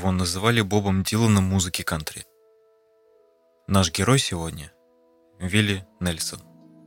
его называли Бобом Диланом музыки кантри. Наш герой сегодня – Вилли Нельсон.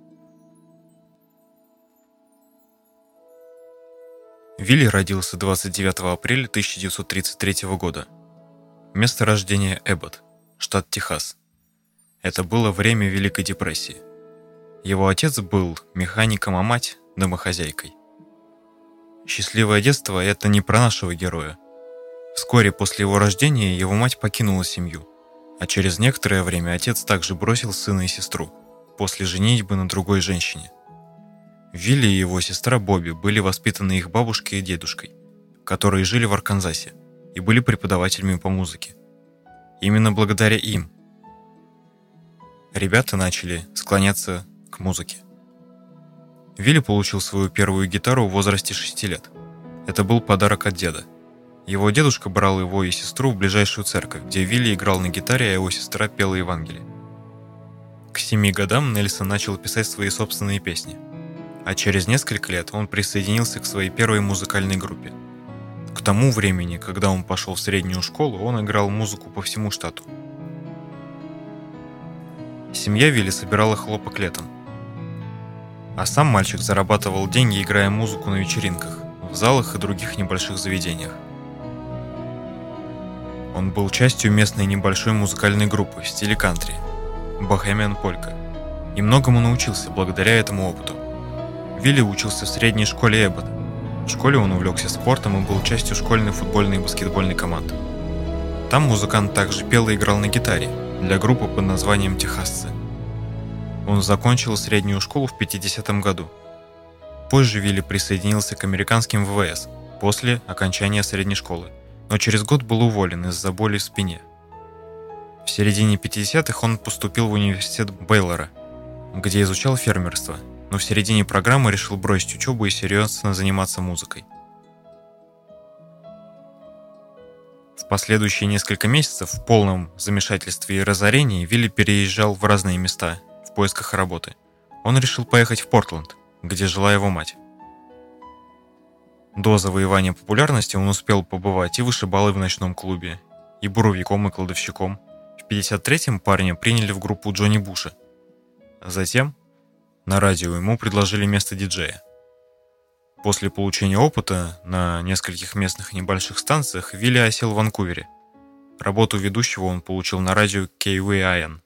Вилли родился 29 апреля 1933 года. Место рождения – Эббот, штат Техас. Это было время Великой депрессии. Его отец был механиком, а мать – домохозяйкой. Счастливое детство – это не про нашего героя. Вскоре после его рождения его мать покинула семью, а через некоторое время отец также бросил сына и сестру, после женитьбы на другой женщине. Вилли и его сестра Бобби были воспитаны их бабушкой и дедушкой, которые жили в Арканзасе и были преподавателями по музыке. Именно благодаря им ребята начали склоняться к музыке. Вилли получил свою первую гитару в возрасте 6 лет. Это был подарок от деда. Его дедушка брал его и сестру в ближайшую церковь, где Вилли играл на гитаре, а его сестра пела Евангелие. К 7 годам Нельсон начал писать свои собственные песни, а через несколько лет он присоединился к своей первой музыкальной группе. К тому времени, когда он пошел в среднюю школу, он играл музыку по всему штату. Семья Вилли собирала хлопок летом, а сам мальчик зарабатывал деньги, играя музыку на вечеринках, в залах и других небольших заведениях. Он был частью местной небольшой музыкальной группы в стиле кантри, Bohemian Polka, и многому научился благодаря этому опыту. Вилли учился в средней школе Эббот. В школе он увлекся спортом и был частью школьной футбольной и баскетбольной команд. Там музыкант также пел и играл на гитаре для группы под названием «Техасцы». Он закончил среднюю школу в 50-м году. Позже Вилли присоединился к американским ВВС после окончания средней школы, но через год был уволен из-за боли в спине. В середине 50-х он поступил в университет Бейлора, где изучал фермерство, но в середине программы решил бросить учебу и серьезно заниматься музыкой. В последующие несколько месяцев в полном замешательстве и разорении Вилли переезжал в разные места в поисках работы. Он решил поехать в Портленд, где жила его мать. До завоевания популярности он успел побывать и вышибалой в ночном клубе, и буровиком, и кладовщиком. В 53-м парня приняли в группу Джонни Буша. Затем на радио ему предложили место диджея. После получения опыта на нескольких местных небольших станциях Вилли осел в Ванкувере. Работу ведущего он получил на радио KVIN.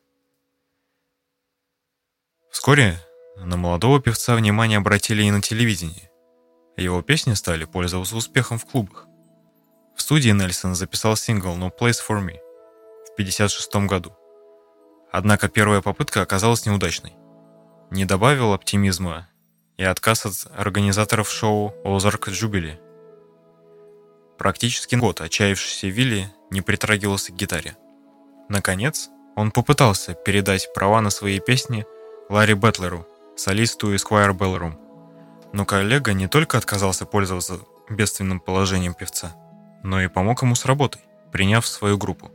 Вскоре на молодого певца внимание обратили и на телевидении. Его песни стали пользоваться успехом в клубах. В студии Нельсон записал сингл «No Place for Me» в 1956 году. Однако первая попытка оказалась неудачной. Не добавил оптимизма и отказ от организаторов шоу «Озарк Джубили». Практически год отчаявшийся Вилли не притрагивался к гитаре. Наконец, он попытался передать права на свои песни Ларри Бэтлеру, солисту Esquire Ballroom. Но коллега не только отказался пользоваться бедственным положением певца, но и помог ему с работой, приняв в свою группу.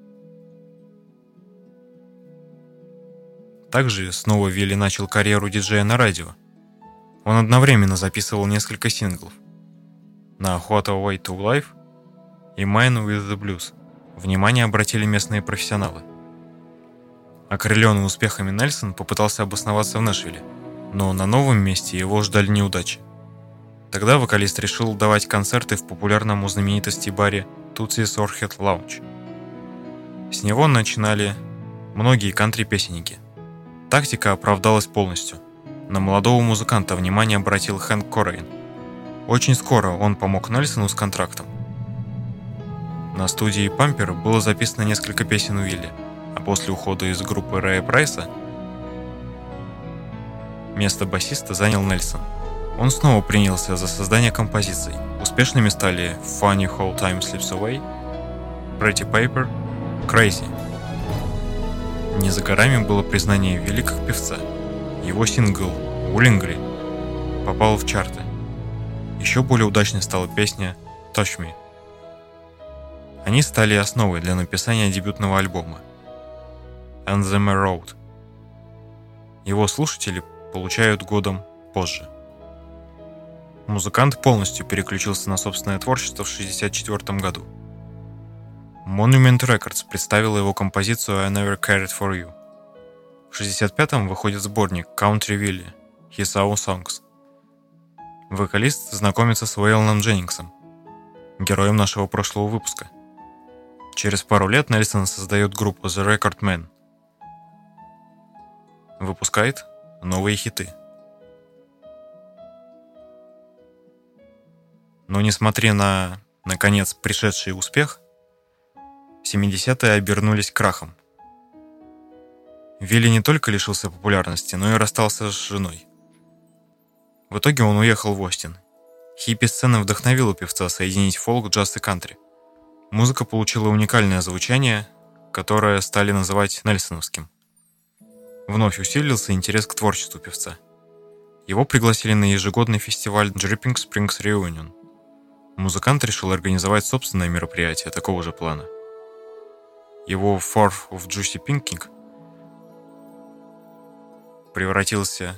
Также снова Вилли начал карьеру диджея на радио. Он одновременно записывал несколько синглов на What a Way to Life и Mine with the Blues. Внимание обратили местные профессионалы. Окрыленный успехами Нельсон попытался обосноваться в Нэшвилле, но на новом месте его ждали неудачи. Тогда вокалист решил давать концерты в популярном у знаменитостей баре Tootsie's Orchid Lounge. С него начинали многие кантри-песенники. Тактика оправдалась полностью. На молодого музыканта внимание обратил Хэнк Корейн. Очень скоро он помог Нельсону с контрактом. На студии Пампер было записано несколько песен Вилли, а после ухода из группы Рэя Прайса место басиста занял Нельсон. Он снова принялся за создание композиций. Успешными стали Funny How Time Slips Away, Pretty Paper, Crazy. Не за горами было признание Вилли как певца. Его сингл «Willingly» попал в чарты. Еще более удачной стала песня «Touch Me». Они стали основой для написания дебютного альбома «On the Road». Его слушатели получают годом позже. Музыкант полностью переключился на собственное творчество в 1964 году. Monument Records представила его композицию «I Never Cared For You». В 1965-м выходит сборник «Country Willie» «His Own Songs». Вокалист знакомится с Уэйлоном Дженнингсом, героем нашего прошлого выпуска. Через пару лет Нельсон создает группу The Record Men. Выпускает новые хиты. Но несмотря на, наконец, пришедший успех, 70-е обернулись крахом. Вилли не только лишился популярности, но и расстался с женой. В итоге он уехал в Остин. Хиппи-сцена вдохновила певца соединить фолк, джаз и кантри. Музыка получила уникальное звучание, которое стали называть нельсоновским. Вновь усилился интерес к творчеству певца. Его пригласили на ежегодный фестиваль Dripping Springs Reunion. Музыкант решил организовать собственное мероприятие такого же плана. Его Fourth of Juicy Pinking превратился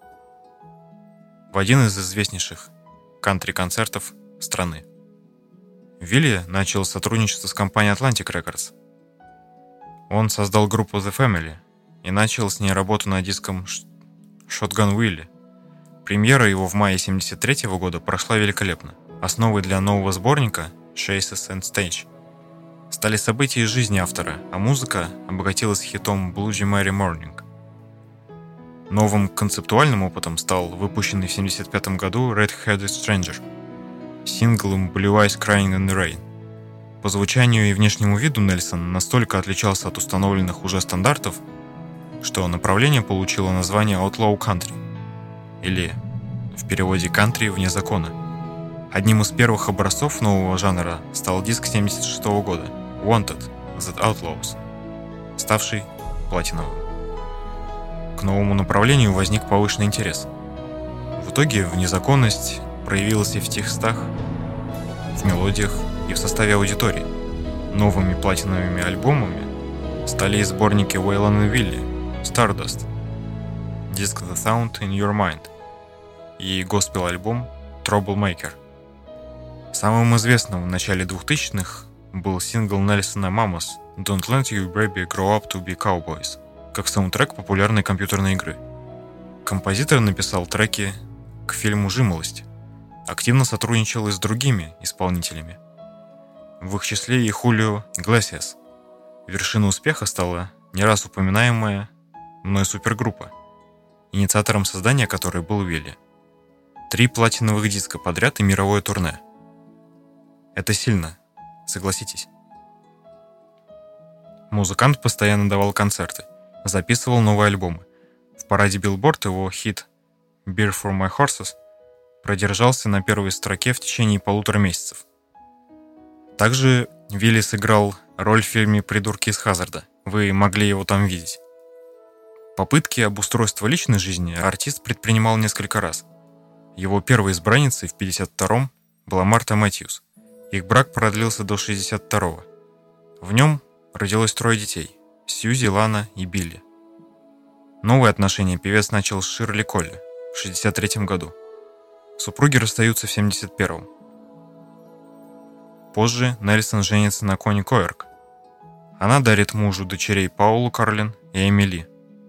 в один из известнейших кантри-концертов страны. Вилли начал сотрудничество с компанией Atlantic Records. Он создал группу The Family и начал с ней работу над диском Shotgun Willie. Премьера его в мае 1973 года прошла великолепно. Основой для нового сборника Chases and Stage стали события из жизни автора, а музыка обогатилась хитом Bloody Mary Morning. Новым концептуальным опытом стал выпущенный в 1975 году Red-Headed Stranger с синглом Blue Eyes Crying in the Rain. По звучанию и внешнему виду Нельсон настолько отличался от установленных уже стандартов, что направление получило название Outlaw Country, или в переводе «Country вне закона». Одним из первых образцов нового жанра стал диск 1976 года Wanted The Outlaws, ставший платиновым. К новому направлению возник повышенный интерес. В итоге внезаконность проявилась и в текстах, в мелодиях и в составе аудитории. Новыми платиновыми альбомами стали и сборники Waylon и Willie, Stardust, диск The Sound in Your Mind и госпел-альбом Troublemaker. Самым известным в начале 2000-х был сингл Нельсона Mamas Don't Let Your Baby Grow Up to Be Cowboys, как саундтрек популярной компьютерной игры. Композитор написал треки к фильму «Жимолость», активно сотрудничал и с другими исполнителями, в их числе и Хулио Иглесиас. Вершиной успеха стала не раз упоминаемая мной супергруппа, инициатором создания которой был Вилли. 3 платиновых диска подряд и мировое турне. Это сильно, согласитесь. Музыкант постоянно давал концерты, записывал новые альбомы. В параде Billboard его хит «Beer for My Horses» продержался на первой строке в течение 1,5 месяцев. Также Вилли сыграл роль в фильме «Придурки из Хаззарда». Вы могли его там видеть. Попытки обустройства личной жизни артист предпринимал несколько раз. Его первой избранницей в 1952-м была Марта Мэтьюс. Их брак продлился до 1962-го. В нем родилось 3 детей – Сьюзи, Лана и Билли. Новые отношения певец начал с Ширли Колли в 1963 году. Супруги расстаются в 1971. Позже Нельсон женится на Конни Коэрк. Она дарит мужу дочерей Паулу Карлин и Эмили.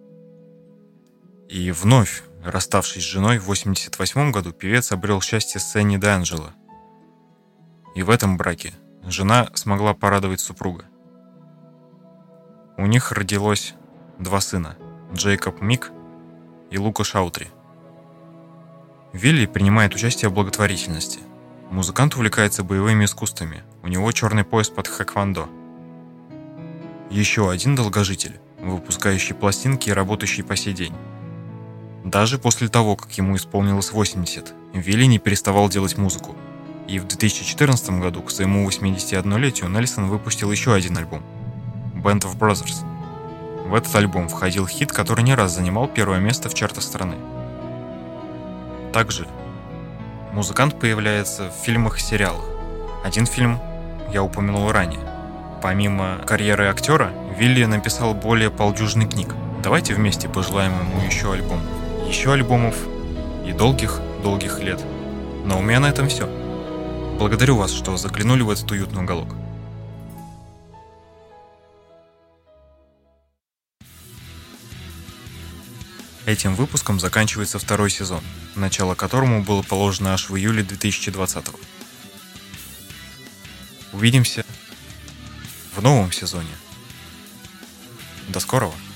И вновь, расставшись с женой в 1988 году, певец обрел счастье с Энни Д'Анджело. И в этом браке жена смогла порадовать супруга. У них родилось 2 сына – Джейкоб Мик и Лука Шаутри. Вилли принимает участие в благотворительности. Музыкант увлекается боевыми искусствами. У него черный пояс под хэквондо. Еще один долгожитель, выпускающий пластинки и работающий по сей день. Даже после того, как ему исполнилось 80, Вилли не переставал делать музыку. И в 2014 году, к своему 81-летию, Нельсон выпустил еще один альбом – Band of Brothers. В этот альбом входил хит, который не раз занимал первое место в чартах страны. Также музыкант появляется в фильмах и сериалах. Один фильм я упомянул ранее. Помимо карьеры актера, Вилли написал более 1,5 книг. Давайте вместе пожелаем ему еще альбомов и долгих лет. Но у меня на этом все. Благодарю вас, что заглянули в этот уютный уголок. Этим выпуском заканчивается второй сезон, начало которому было положено аж в июле 2020. Увидимся в новом сезоне. До скорого!